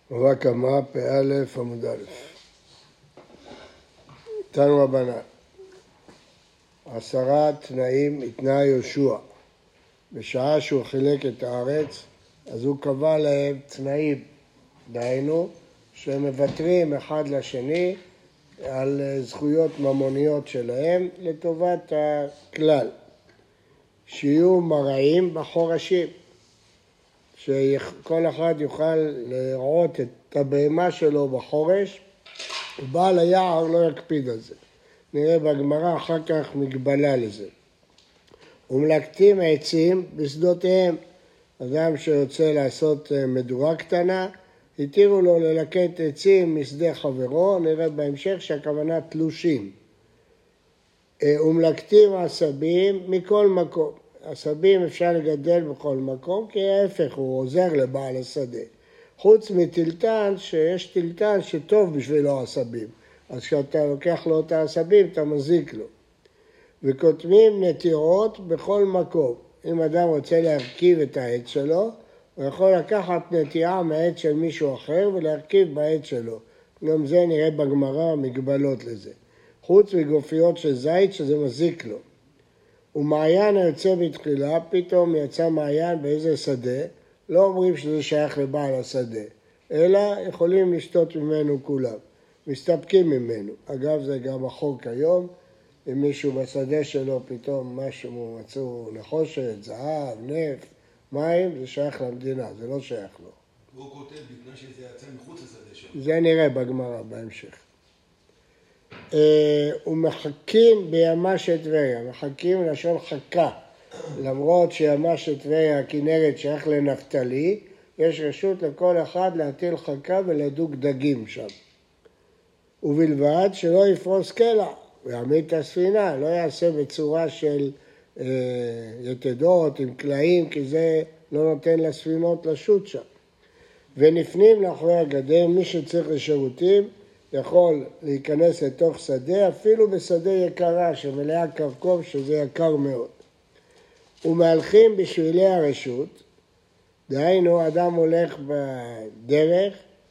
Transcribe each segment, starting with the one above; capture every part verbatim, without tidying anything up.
ובקמה פא עמוד א'. תנו רבנן, עשרה תנאים התנה יהושע. בשעה שהוא חילק את הארץ, אז הוא קבע להם תנאים, דהיינו שהם מוותרים אחד לשני על זכויות ממוניות שלהם לטובת הכלל. שיהיו מרעים בחורשים, שכל אחד יוכל לראות את הבהמה שלו בחורש, ובעל היער לא יקפיד על זה. נראה בגמרא אחר כך מגבלה לזה. ומלקטים עצים בשדותיהם. אדם שרוצה לעשות מדורה קטנה, התירו לו ללקט עצים משדה חברו, נראה בהמשך שהכוונה תלושים. ומלקטים עשבים מכל מקום. עשבים אפשר לגדל בכל מקום, כי ההפך הוא עוזר לבעל השדה. חוץ מטלטן, שיש טלטן שטוב בשבילו עשבים. אז כשאתה לוקח לו את העשבים, אתה מזיק לו. וכותמים נטירות בכל מקום. אם אדם רוצה להרכיב את העץ שלו, הוא יכול לקחת נטירה מהעץ של מישהו אחר ולהרכיב בעץ שלו. גם זה נראה בגמרא מגבלות לזה. חוץ מגופיות של זית שזה מזיק לו. ומעיין היוצא בתחילה, פתאום יצא מעיין באיזה שדה, לא אומרים שזה שייך לבעל השדה, אלא יכולים לשתות ממנו כולם, מסתפקים ממנו. אגב, זה גם החוק היום, אם מישהו בשדה שלו פתאום משהו מצאו נחושת, זהב, נפט, מים, זה שייך למדינה, זה לא שייך לו. והוא כותב בפני שזה יצא מחוץ לשדה שלו. זה נראה בגמרא בהמשך. ומחכים בימה של טבריה, מחכים לשון חכה, למרות שימה של טבריה, הכנרת שייך לנפתלי, יש רשות לכל אחד להטיל חכה ולדוג דגים שם. ובלבד שלא יפרוס קלע ויעמיד את הספינה, לא יעשה בצורה של אה, יתדות עם קלעים, כי זה לא נותן לספינות לשוט שם. ונפנים לאחורי הגדר, מי שצריך לשירותים, יכול להיכנס לתוך שדה, אפילו בשדה יקרה שמלאה קרקוב, שזה יקר מאוד. ומהלכים בשבילי הרשות, דהיינו אדם הולך בדרך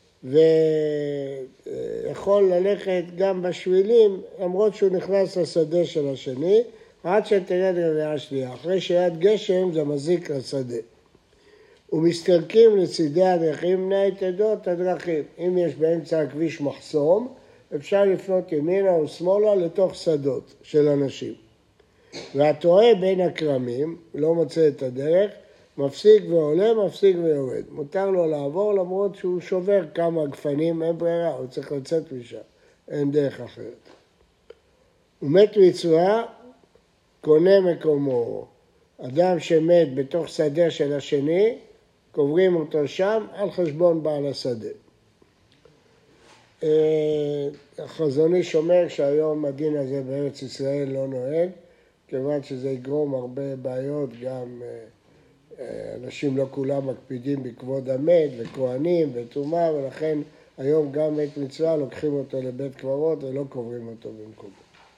ויכול ללכת גם בשבילים, למרות שהוא נכנס לשדה של השני, עד שתרד רביעה שנייה. אחרי שיד גשם זה מזיק לשדה. ומסתלקים לצידי הדרכים בני היתדות הדרכים. אם יש באמצע הכביש מחסום, אפשר לפנות ימינה ושמאלה לתוך שדות של אנשים. והטועה בין הקרמים, לא מוצא את הדרך, מפסיק ועולה, מפסיק ויורד. מותר לו לעבור למרות שהוא שובר כמה גפנים, אין ברירה, הוא צריך לצאת משם, אין דרך אחרת. ומת מצווה, קונה מקומו. אדם שמת בתוך שדה של השני, קוברים אותו שם על חשבון בעל השדה. החזון איש אומר שהיום הדין הזה בארץ ישראל לא נוהג, כיוון שזה יגרום הרבה בעיות, גם אנשים לא כולם מקפידים בכבוד המת וכהנים וטומאה, ולכן היום גם מת מצווה לוקחים אותו לבית קברות ולא קוברים אותו במקומו.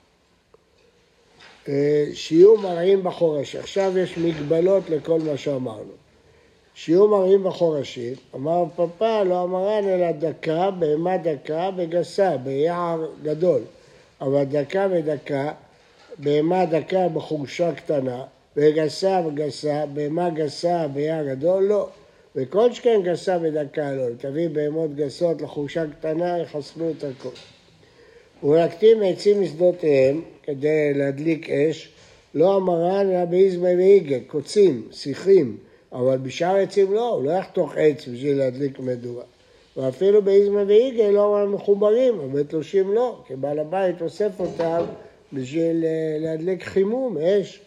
שיהיו מרעים בחורש. עכשיו יש מגבלות לכל מה שאמרנו. שיהיו מרעים בחורשים, אמר פפא לא אמרן אלא דקה, בהמה דקה בגסה, ביער גדול. אבל דקה ודקה, בהמה דקה בחורשה קטנה, וגסה וגסה, בהמה גסה ביער גדול, לא. וכל שכן גסה ודקה לא. תביא בהמות גסות לחורשה קטנה, יחסלו את הכל. ולקטים עצים משדותיהם כדי להדליק אש, לא אמרן אלא באיזמי ואיגה, קוצים, שיחים, אבל בשאר עצים לא, הוא לא יחתוך עץ בשביל להדליק מדורה. ואפילו באיזמי ואיגה לא מחוברים, אבל בתלושים לא, כי בעל הבית אוסף אותם בשביל להדליק חימום, אש.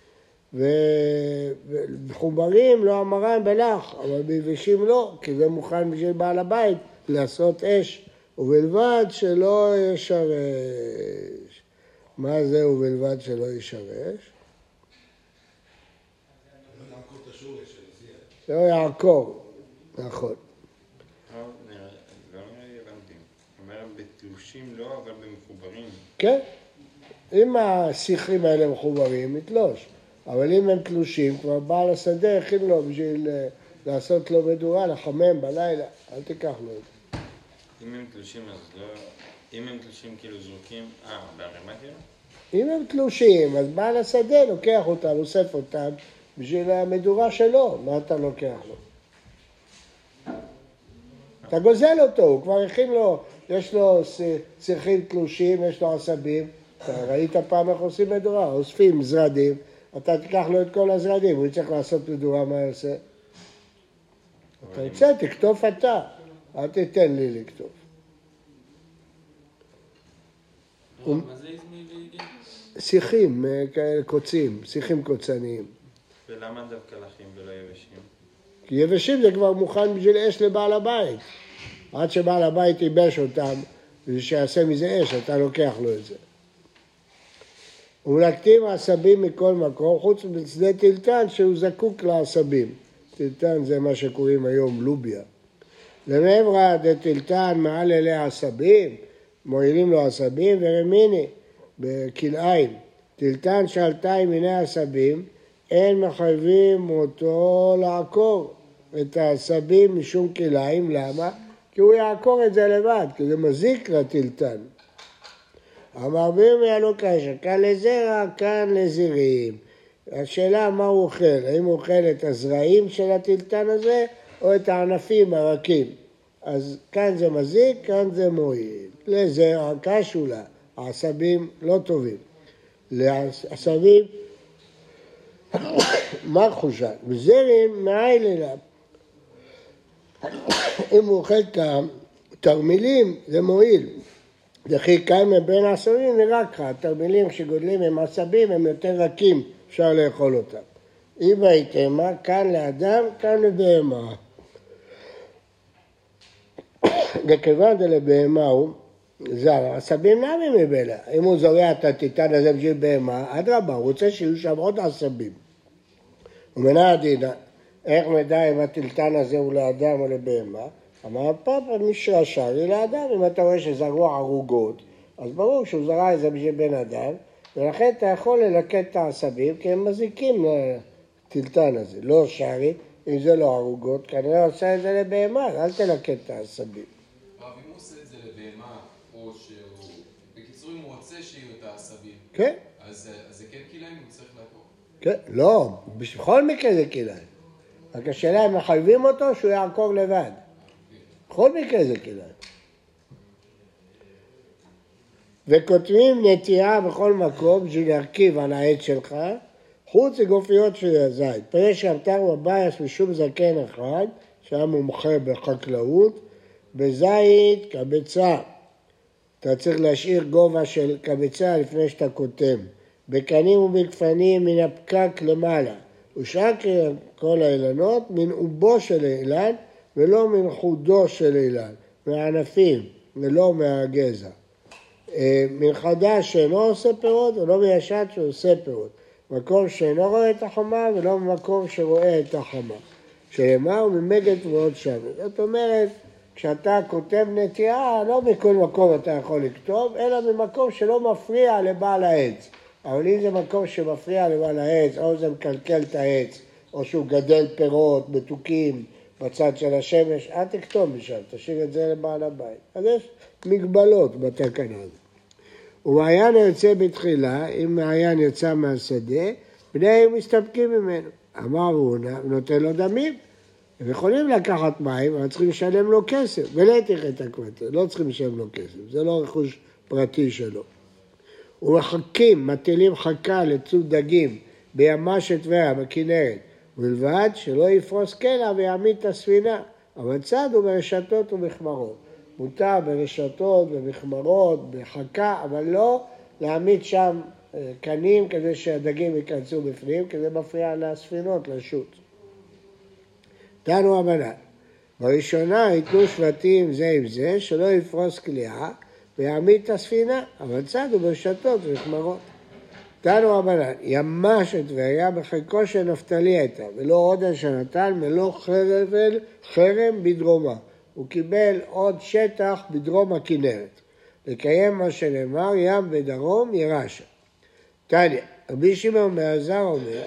ומחוברים לא אמרן בלח, אבל ביבשים לא, כי זה מוכן בשביל בעל הבית לעשות אש. ובלבד שלא ישרש. מה זה ובלבד שלא ישרש? לא יעקור, נכון. לא הבנתי. אומר בתלושים לא, אבל במחוברים. כן. אם השיחים האלה מחוברים, יתלוש. אבל אם הם תלושים, כבר בעל השדה הכין לו בשביל לעשות לו מדורה, לחמם בלילה, אל תיקח לו את זה. אם הם תלושים אז לא... אם הם תלושים כאילו זרוקים, אה, בערימה כאילו? אם הם תלושים, אז בעל השדה לוקח אותם, אוסף אותם בשביל המדורה שלו, מה אתה לוקח לו? אתה גוזל אותו, הוא כבר הכין לו, יש לו צריכים תלושים, יש לו עשבים, אתה ראית פעם איך עושים מדורה, אוספים זרדים, אתה תיקח לו את כל הזרדים, הוא צריך לעשות מדורה, מה יעשה? אתה יוצא, תכתוב אתה, אל תיתן לי לכתוב. מה זה איזמי ויגן? שיחים כאלה קוצים, שיחים קוצניים. ולמה דווקא לחים ולא יבשים? כי יבשים זה כבר מוכן בשביל אש לבעל הבית. עד שבעל הבית ייבש אותם, ושיעשה מזה אש, אתה לוקח לו את זה. ומלקטים העשבים מכל מקום, חוץ משדה טילטן שהוא זקוק לעשבים. טילטן זה מה שקוראים היום לוביה. למאמרא דטילטן מעל אלי העשבים, מועילים לו עשבים, ורמיני בכלאיים. טילטן שעלתיים מיני עשבים, אין מחייבים אותו לעקור את העשבים משום כלאיים. למה? כי הוא יעקור את זה לבד, כי זה מזיק לטילטן. אמר בירמיה לא קשה, כאן לזרע, כאן לזירים. השאלה מה הוא אוכל, האם הוא אוכל את הזרעים של הטילטן הזה, או את הענפים הרכים. אז כאן זה מזיק, כאן זה מועיל. לזרע, קשו לה, העשבים לא טובים. לעשבים, מה חושב? בזרים מעיל אליו. אם הוא אוכל את התרמילים, זה מועיל. וכי קיים בין העשבים נראה ככה, התרמילים שגודלים הם עשבים, הם יותר רכים, אפשר לאכול אותם. אם הייתם, כאן לאדם, כאן לבהמה. וכיוון דלבהמה הוא זר, העשבים נעמים מבלה. אם הוא זורע את הטיטן הזה בשביל בהמה, אדרבה, הוא רוצה שיהיו שם עוד עשבים. ומנה עדינה, איך מדע אם הטילטן הזה הוא לאדם או לבהמה? אמר פאפה, משרה שרי לאדם, אם אתה רואה שזרוע ערוגות, אז ברור שהוא זרע את זה בשביל בן אדם, ולכן אתה יכול ללקט את העשבים, כי הם מזיקים לטילטן הזה, לא שרי, אם זה לא ערוגות, כנראה עושה את זה לבהמה, אל תלקט את העשבים. רב, אם הוא עושה את זה לבהמה, או שהוא... בקיצור, אם הוא רוצה שיהיו את העשבים, כן. אז זה כן כלאיים, הוא צריך לעקור? כן, לא, בכל מקרה זה כלאיים. רק השאלה הם מחייבים אותו שהוא יעקור לבד. בכל מקרה זה כלאיים. וכותבים נטייה בכל מקום בשביל להרכיב על העץ שלך, חוץ לגופיות של הזית. פרש שאמתר בבייס משום זקן אחד, שהיה מומחה בחקלאות, בזית קבצה. אתה צריך להשאיר גובה של קבצה לפני שאתה כותב. בקנים ובגפנים מן הפקק למעלה. ושאר כל האילנות מן אובו של אילן ולא מן חודו של אילן, מהענפים ולא מהגזע. מן חדש שאינו עושה פירות ולא מישן שעושה פירות. מקום שאינו רואה את החמה ולא במקום שרואה את החמה. שנאמר ממגד ועוד שם. זאת אומרת, כשאתה כותב נטייה, לא בכל מקום אתה יכול לכתוב, אלא במקום שלא מפריע לבעל העץ. אבל אם זה מקום שמפריע לבעל העץ, או זה מקלקל את העץ, או שהוא גדל פירות, מתוקים, בצד של השמש, אל תכתוב משם, תשאיר את זה לבעל הבית. אז יש מגבלות בתקנה הזאת. ומעיין יוצא בתחילה, אם מעיין יצא מהשדה, בני מסתפקים ממנו. אמר הוא נותן לו דמים. הם יכולים לקחת מים, אבל צריכים לשלם לו כסף, ולתיך את הכבטה, לא צריכים לשלם לו כסף, זה לא רכוש פרטי שלו. ומחכים, מטילים חכה לצוד דגים בימשת ויה, בכנרת, ולבד שלא יפרוס קלע ויעמיד את הספינה, אבל צד הוא ברשתות ומחמרות. מותר ברשתות ומחמרות, בחכה, אבל לא להעמיד שם קנים כדי שהדגים ייכנסו בפנים, כי זה מפריע לספינות לשוט. תנו הבנה, בראשונה ייתנו שבטים זה עם זה, שלא יפרוס קליעה ויעמיד את הספינה, אבל צד הוא ברשתות ומחמרות. תנו הבנה, ימשת והיה בחלקו של נפתלי הייתה, ולא עוד שנתן, ולא חרבל, חרם בדרומה. הוא קיבל עוד שטח בדרום הכנרת. לקיים מה שנאמר, ים בדרום ירשה. תניא, רבי שמעון מאלעזר אומר,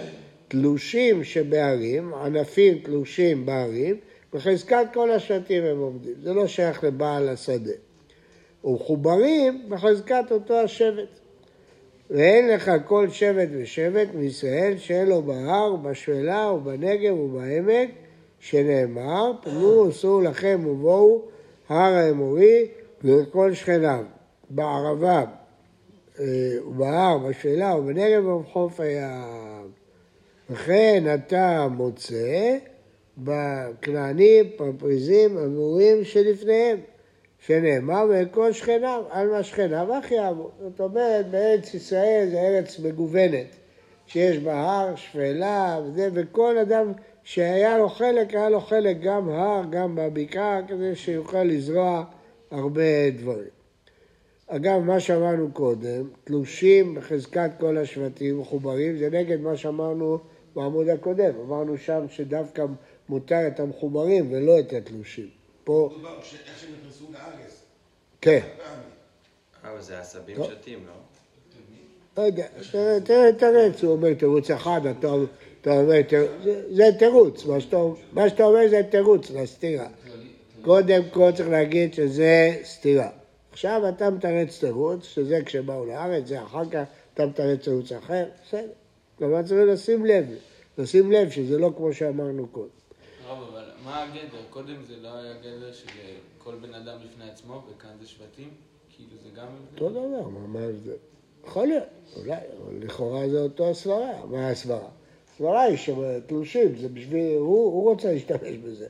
תלושים שבערים, ענפים תלושים בערים, בחזקת כל השבטים הם עומדים. זה לא שייך לבעל השדה. ומחוברים בחזקת אותו השבט. ואין לך כל שבט ושבט מישראל שאין לו בהר, בשפלה ובנגב ובעמק, שנאמר, פנו עשו לכם ובואו הר האמורי וכל שכניו, בערבה ובהר, בשפלה ובנגב ובחוף הים. וכן אתה מוצא בכנענים, פרפריזים, אמורים שלפניהם, שנאמר וכל שכניו, על מה שכניו הכי אהבו. זאת אומרת, בארץ ישראל זה ארץ מגוונת, שיש בה הר, שפלה, וזה, וכל אדם שהיה לו חלק, היה לו חלק גם הר, גם בבקעה, כדי שיוכל לזרוע הרבה דברים. אגב, מה שאמרנו קודם, תלושים בחזקת כל השבטים מחוברים, זה נגד מה שאמרנו בעמוד הקודם. אמרנו שם שדווקא מותר את המחוברים ולא את התלושים. פה... מדובר איך שהם נכנסו לארץ. כן. אבל זה עשבים שתים, לא? לא יודע, תראה תרץ, הוא אומר תירוץ אחד, אתה אומר, זה תירוץ, מה שאתה אומר זה תירוץ, זה סתירה. קודם כל צריך להגיד שזה סתירה. עכשיו אתה מתרץ תירוץ, שזה כשבאו לארץ, זה אחר כך אתה מתרץ תירוץ אחר, בסדר. כלומר צריך לשים לב, לשים לב שזה לא כמו שאמרנו קודם. רב, אבל מה הגדר? קודם זה לא היה גדר של כל בן אדם לפני עצמו, וכאן זה שבטים? כאילו זה גם... אותו דבר, מה זה? יכול להיות, אולי, אבל לכאורה זה אותו הסברה. מה הסברה? הסברה היא שתלושים, זה בשביל, הוא, הוא רוצה להשתמש בזה.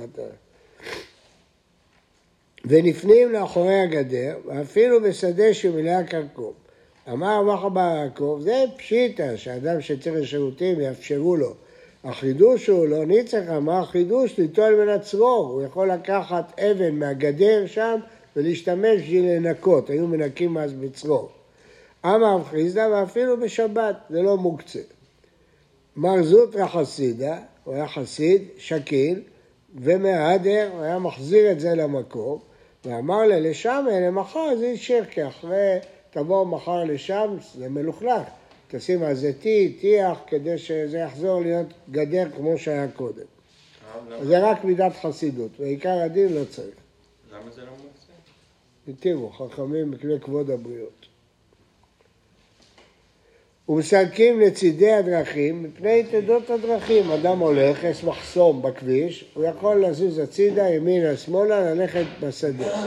ונפנים לאחורי הגדר, ואפילו בשדה שמילא כרכום. אמר רבא בר יעקב, זה פשיטה, שאדם שצריך לשירותים יאפשרו לו. החידוש הוא לא ניצח, אמר חידוש ליטול מן הצרור. הוא יכול לקחת אבן מהגדר שם ולהשתמש בשביל לנקות. היו מנקים אז בצרור. אמר רב חיסדא, ואפילו בשבת, זה לא מוקצה. מר זוטרא חסידה, הוא היה חסיד, שקיל, ומהדר, הוא היה מחזיר את זה למקום, ואמר לה, לשם, למחר זה יישאר, כי אחרי, תבוא מחר לשם, זה מלוכלך. תשים על זה טי, טיח, כדי שזה יחזור להיות גדר כמו שהיה קודם. זה רק מידת חסידות, ועיקר הדין לא צריך. למה זה לא מוקצה? תראו, חכמים מפני כבוד הבריות. ומסלקים לצידי הדרכים מפני תדות הדרכים. אדם הולך, יש מחסום בכביש, הוא יכול לזוז הצידה, ימינה, שמאלה, ללכת בשדה.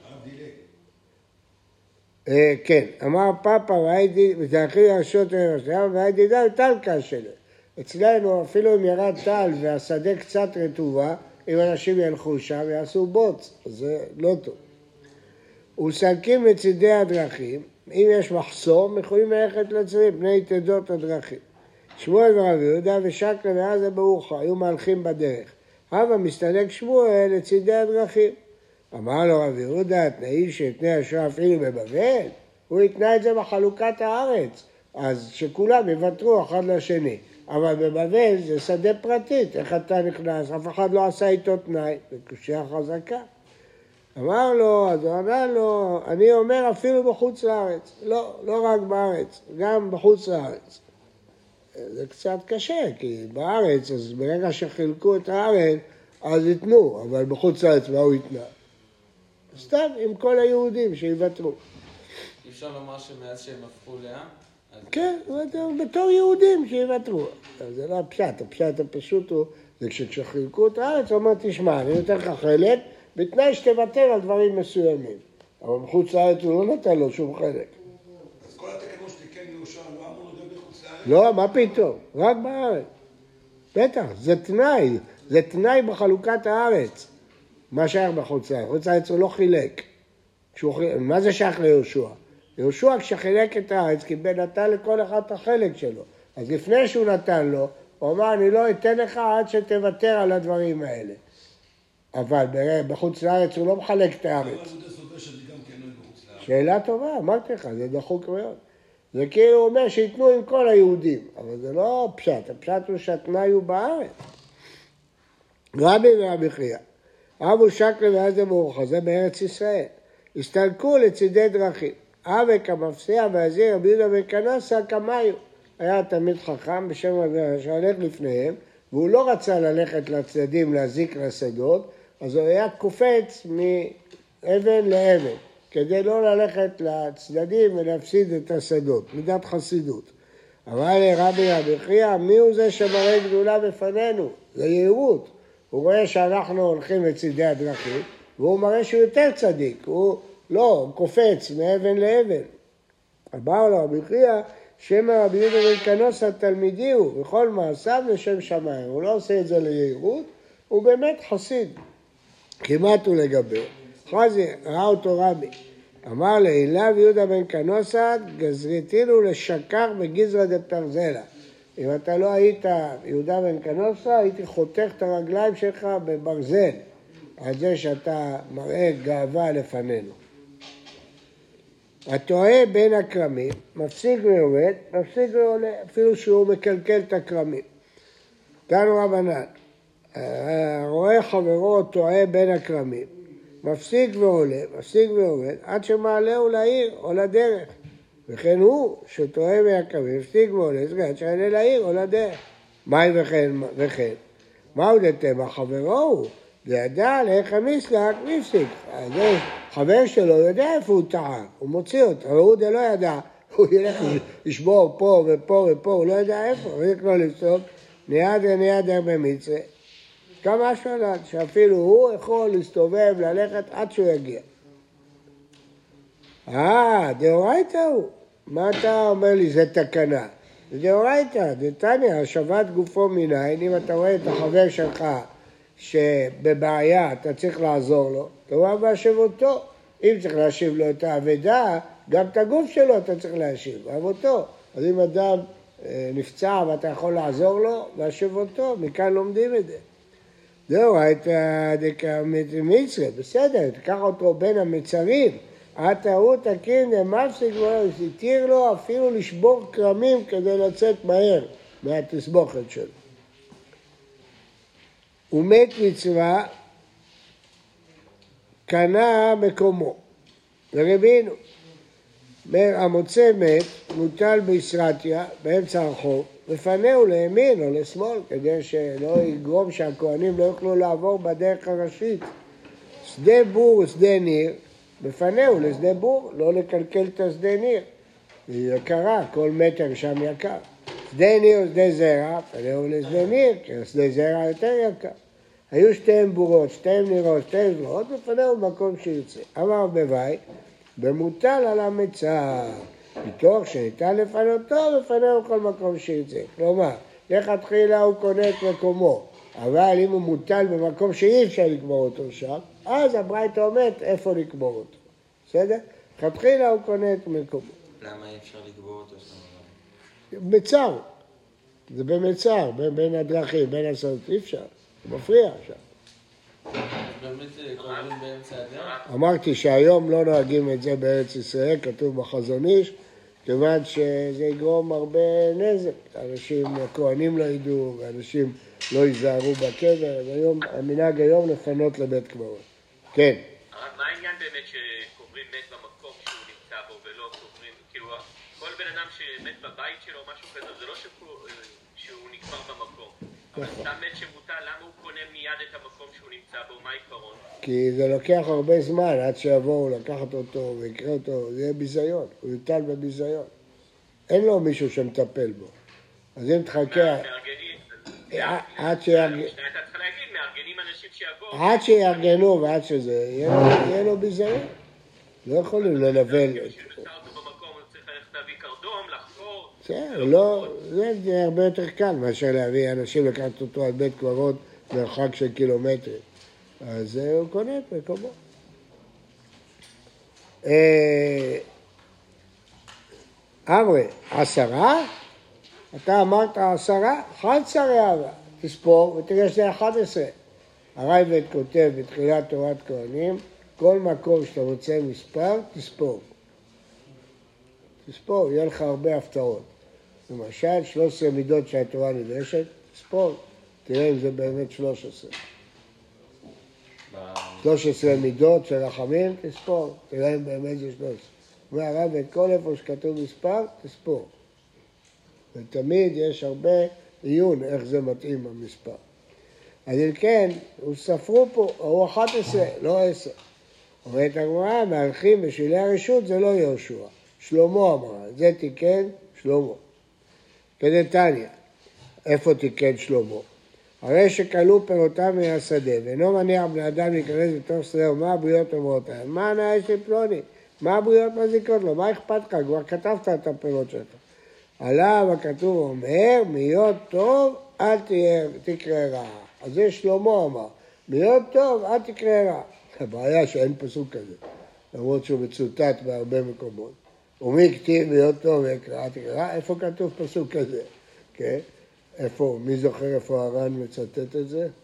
כן, אמר פאפה, ותאכיל הרשות והייתי דם טלקה שלה. אצלנו אפילו אם ירד טל והשדה קצת רטובה, אם אנשים ילכו שם יעשו בוץ, אז זה לא טוב. ומסלקים לצידי הדרכים, אם יש מחסום, יכולים ללכת לצרים, פני תדות הדרכים. שמואל ורב יהודה ושקלה ועזה ברוך היו מהלכים בדרך. הווה מסתלק שמואל לצידי הדרכים. אמר לו רב יהודה, התנאים שהתנה השואה אפילו בבבל, הוא התנה את זה בחלוקת הארץ, אז שכולם יוותרו אחד לשני. אבל בבבל זה שדה פרטית, איך אתה נכנס? אף אחד לא עשה איתו תנאי, זה קושיה חזקה. אמר לו, אז הוא אמר לו, אני אומר אפילו בחוץ לארץ, לא, לא רק בארץ, גם בחוץ לארץ. זה קצת קשה, כי בארץ, אז ברגע שחילקו את הארץ, אז ייתנו, אבל בחוץ לארץ מה הוא יתנה? סתם עם כל היהודים שיוותרו. אי אפשר לומר שמאז שהם הפכו לעם? כן, בתור יהודים שיוותרו. זה לא הפשט, הפשט הפשוט הוא, זה כשחילקו את הארץ, הוא אומר, תשמע, אני נותן לך חלק, בתנאי שתוותר על דברים מסוימים. אבל בחוץ לארץ הוא לא נתן לו שום חלק. אז כל התקנות שתיקן יהושע לא אמור להיות בחוץ לארץ? לא, מה פתאום? רק בארץ. בטח, זה תנאי, זה תנאי בחלוקת הארץ. מה שייך בחוץ לארץ? בחוץ לארץ הוא לא חילק. מה זה שייך ליהושע? יהושע כשחילק את הארץ, קיבל נתן לכל אחד את החלק שלו. אז לפני שהוא נתן לו, הוא אמר, אני לא אתן לך עד שתוותר על הדברים האלה. אבל בחוץ לארץ הוא לא מחלק את הארץ. שאלה טובה, אמרתי לך, זה דחוק מאוד. זה כאילו אומר שיתנו עם כל היהודים, אבל זה לא פשט, הפשט הוא שהתנאי הוא בארץ. רבי ורבי חייא, אבו שקלה ועזה ברוך, זה בארץ ישראל. הסתלקו לצידי דרכים. אבק המפסיע והזיר רבי יהודה בן קנאסה כמיו. היה תלמיד חכם בשם רבי יונה שהלך לפניהם, והוא לא רצה ללכת לצדדים להזיק לשדות, אז הוא היה קופץ מאבן לאבן, כדי לא ללכת לצדדים ולהפסיד את השדות, מידת חסידות. אבל רבי רבי חייא, מי הוא זה שמראה גדולה בפנינו? זה יהירות. הוא רואה שאנחנו הולכים לצידי הדרכים, והוא מראה שהוא יותר צדיק, הוא לא, הוא קופץ מאבן לאבן. אמר לו רבי חייא, שם רבי יהודה בן קנוסה תלמידי הוא, וכל מעשיו לשם שמיים. הוא לא עושה את זה ליהירות, הוא באמת חסיד. כמעט הוא לגבי. אחרי זה ראה אותו רבי. אמר לאליו יהודה בן קנוסה, גזריתינו לשקר בגזרא דפרזלה. אם אתה לא היית יהודה בן קנוסה, הייתי חותך את הרגליים שלך בברזל, על זה שאתה מראה גאווה לפנינו. הטועה בין הקרמים, מפסיק ויורד, מפסיק ועולה, אפילו שהוא מקלקל את הקרמים. תנו רבנן, רואה חברו טועה בין הקרמים, מפסיק ועולה, מפסיק ויורד, עד שמעלהו לעיר או לדרך. וכן הוא שטועה בין הקרמים, מפסיק ועולה, עד שעלה לעיר או לדרך. מהי וכן וכן? מהו דתמה? חברו הוא. זה ידע לאיך המסלק, מפסיק. חבר שלו יודע איפה הוא טעה, הוא מוציא אותו, אבל הוא לא ידע, הוא ילך לשבור פה ופה ופה, הוא לא יודע איפה, הוא ילך לו לפסוק, ניעד וניעד במצרה. כמה שולד, שאפילו הוא יכול להסתובב, ללכת עד שהוא יגיע. אה, דאורייתא הוא. מה אתה אומר לי, זה תקנה? זה דאורייתא, דתניא, השבת גופו מנין, אם אתה רואה את החבר שלך, שבבעיה אתה צריך לעזור לו, תאמר והשב אותו. אם צריך להשיב לו את האבדה, גם את הגוף שלו אתה צריך להשיב, ואהב אותו. אז אם אדם נפצע ואתה יכול לעזור לו, והשב אותו, מכאן לומדים את זה. זהו, הייתה דקמצרה, בסדר, תקח אותו בין המצרים, הטעות הקין דמפסיק ולא, התיר לו אפילו לשבור קרמים כדי לצאת מהר מהתסבוכת שלו. ומת מצווה, קנה מקומו. ורבינו, המוצא מת, מוטל בישרתיה, באמצע הרחוב, ופנהו לימין או לשמאל, כדי שלא יגרום שהכהנים לא יוכלו לעבור בדרך הראשית. שדה בור ושדה ניר, בפנהו לשדה בור, לא לקלקל את השדה ניר. זה יקרה, כל מטר שם יקר. שדה ניר ושדה זרע, פנהו לשדה ניר, כי השדה זרע יותר יקר. היו שתיהם בורות, שתיהם נירות, שתיהם זרועות, ופנהו במקום שיוצא. אמר בבית, במוטל על המצר, מתוך שניתן לפנותו, ופנהו בכל מקום שיוצא. כלומר, לכתחילה הוא קונה את מקומו, אבל אם הוא מוטל במקום שאי אפשר לקבור אותו שם, אז הברייתא אומרת איפה לקבור אותו. בסדר? לכתחילה הוא קונה את מקומו. למה אי אפשר לקבור אותו שם? מצר. זה במצר, בין, בין הדרכים, בין הסעות, אי אפשר. הוא מפריע שם. באמת קוראים באמצע הדרך? אמרתי שהיום לא נוהגים את זה בארץ ישראל, כתוב בחזון איש, כיוון שזה יגרום הרבה נזק. אנשים, הכהנים לא ידעו, ואנשים לא ייזהרו בקבר, והיום, המנהג היום לפנות לבית קברות. כן. מה העניין באמת שקוברים מת במקום שהוא נמצא בו ולא קוברים, כאילו, כל בן אדם שמת בבית שלו או משהו כזה, זה לא שהוא נקבר במקום. אבל סתם מת שמוטל, למה הוא קונה מיד את המקום שהוא נמצא בו? מה העיקרון? כי זה לוקח הרבה זמן עד שיבואו לקחת אותו ויקרא אותו, זה יהיה ביזיון, הוא יוטל בביזיון. אין לו מישהו שמטפל בו. אז אם תחכה... עד שיארגנו... אתה צריך להגיד, מארגנים אנשים שיבואו... עד שיארגנו ועד שזה, יהיה לו ביזיון. לא יכולים לנבל... בסדר, לא, זה הרבה יותר קל מאשר להביא אנשים לקחת אותו על בית קברות מרחק של קילומטרים. אז הוא קונה את מקומו. אמרי, עשרה? אתה אמרת עשרה? אחד עשרה יאבה. תספור ותראה שזה אחד עשרה. הרייבד כותב בתחילת תורת כהנים, כל מקום שאתה רוצה מספר, תספור. תספור, יהיה לך הרבה הפתעות. למשל, שלוש עשרה מידות שהתורה נדרשת, תספור, תראה אם זה באמת שלוש עשרה. שלוש עשרה מידות של רחמים, תספור, תראה אם באמת זה שלוש עשרה. אומר הרב, את כל איפה שכתוב מספר, תספור. ותמיד יש הרבה עיון איך זה מתאים המספר. אז אם כן, הוא ספרו פה, הוא אחת עשרה, לא עשר. אומרת הגמרא, מהלכים בשבילי הרשות זה לא יהושע. שלמה אמרה, זה תיקן שלמה. כדתניא, איפה תיקן שלמה? הרי שכלו פירותיו מהשדה, ואינו מניח בני אדם להיכנס בתוך שדה, ומה הבריות אומרות להם? מה הנאה יש לפלוני? מה הבריות מזיקות לו? מה אכפת לך? כבר כתבת את הפירות שלך. עליו הכתוב אומר, מיות טוב אל תהיה, תקרא רע. אז זה שלמה אמר, מיות טוב אל תקרא רע. הבעיה שאין פסוק כזה, למרות שהוא מצוטט בהרבה מקומות. ומי כתיב מיות טוב יקרא, תקרא רע? איפה כתוב פסוק כזה? כן? איפה, מי זוכר איפה הר"ן מצטט את זה?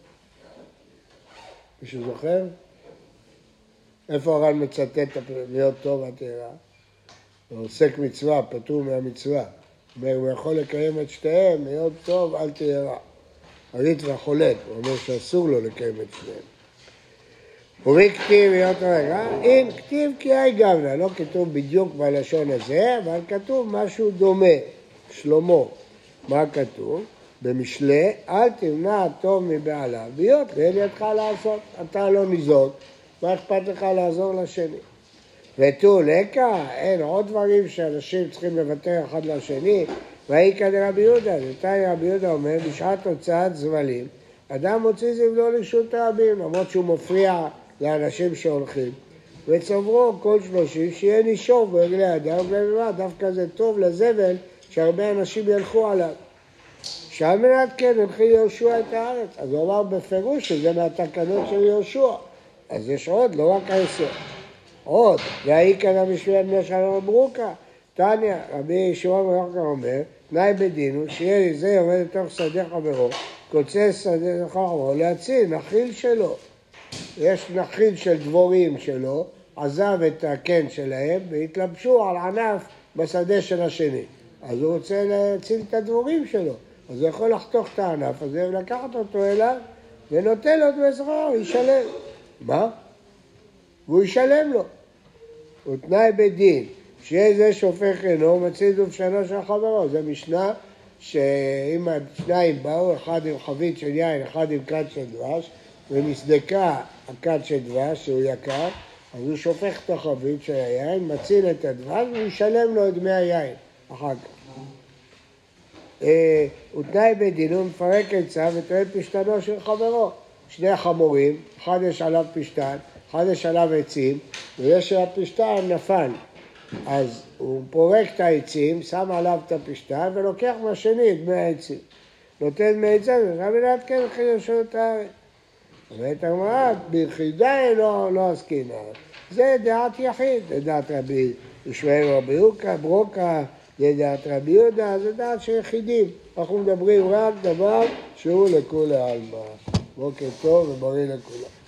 מישהו זוכר? איפה הר"ן מצטט את להיות טוב התארה? הוא עוסק מצווה, פטור מהמצווה. אומר, הוא יכול לקיים את שתיהם, להיות טוב, אל תהיה רע. הריט והחולק, הוא אומר שאסור לו לקיים את שתיהם. ומי כתיב להיות רע? אין, כתיב כי אי גמנה, לא כתוב בדיוק בלשון הזה, אבל כתוב משהו דומה, שלמה. מה כתוב? במשלי, אל תמנע טוב מבעליו, ביות ואין ידך לעשות, אתה לא ניזוק, מה אכפת לך לעזור לשני? ותו לקה, אין עוד דברים שאנשים צריכים לוותר אחד לשני, והיא כדי רבי יהודה, נתן רבי יהודה אומר, בשעת הוצאת זבלים, אדם מוציא זבלו לרשות רבים, למרות שהוא מפריע לאנשים שהולכים, וצברו כל שלושים שיהיה נישוב ברגלי אדם ובלבד, דווקא זה טוב לזבל שהרבה אנשים ילכו עליו. שעל מנת כן הלכי יהושע את הארץ, אז הוא אמר בפירוש שזה מהתקנות של יהושע, אז יש עוד, לא רק העשר. עוד, והאי כאן המשווה בני שלום ברוקה, תניא, רבי ישוע מרחקה אומר, תנאי בדין הוא שיהיה לי זה עומד לתוך שדה חברו, קוצץ שדה חברו, להציל נחיל שלו. יש נחיל של דבורים שלו, עזב את הקן שלהם והתלבשו על ענף בשדה של השני. אז הוא רוצה להציל את הדבורים שלו. אז הוא יכול לחתוך את הענף הזה ולקחת אותו אליו ונותן לו את מסחר, הוא ישלם. מה? והוא ישלם לו. הוא תנאי בדין, שיהיה זה שהופך אינו, מציל דובשנו של חברו. זה משנה שאם השניים באו, אחד עם חבית של יין, אחד עם כד של דבש, ונסדקה הכד של דבש שהוא יקר, אז הוא שופך את החבית של היין, מציל את הדבש והוא ישלם לו את דמי היין אחר כך. הוא תנאי בדין, הוא מפרק עצה וטוען פשטנו של חברו. שני חמורים, אחד יש עליו פשטן, אחד יש עליו עצים, ויש הפשטן נפל. אז הוא פורק את העצים, שם עליו את הפשטן ולוקח מהשני את דמי העצים. נותן דמי עצים, ועכשיו מנת כן חידשו את הארץ. ואת הגמרא, ביחידה לא, לא עסקינן. זה דעת יחיד, זה דעת רבי ישמעאל רבי יוקה, ברוקה, זה דעת רבי יהודה, זה דעת של יחידים. אנחנו מדברים רק דבר שהוא לכולי עלמא. בוקר טוב ובריא לכולם.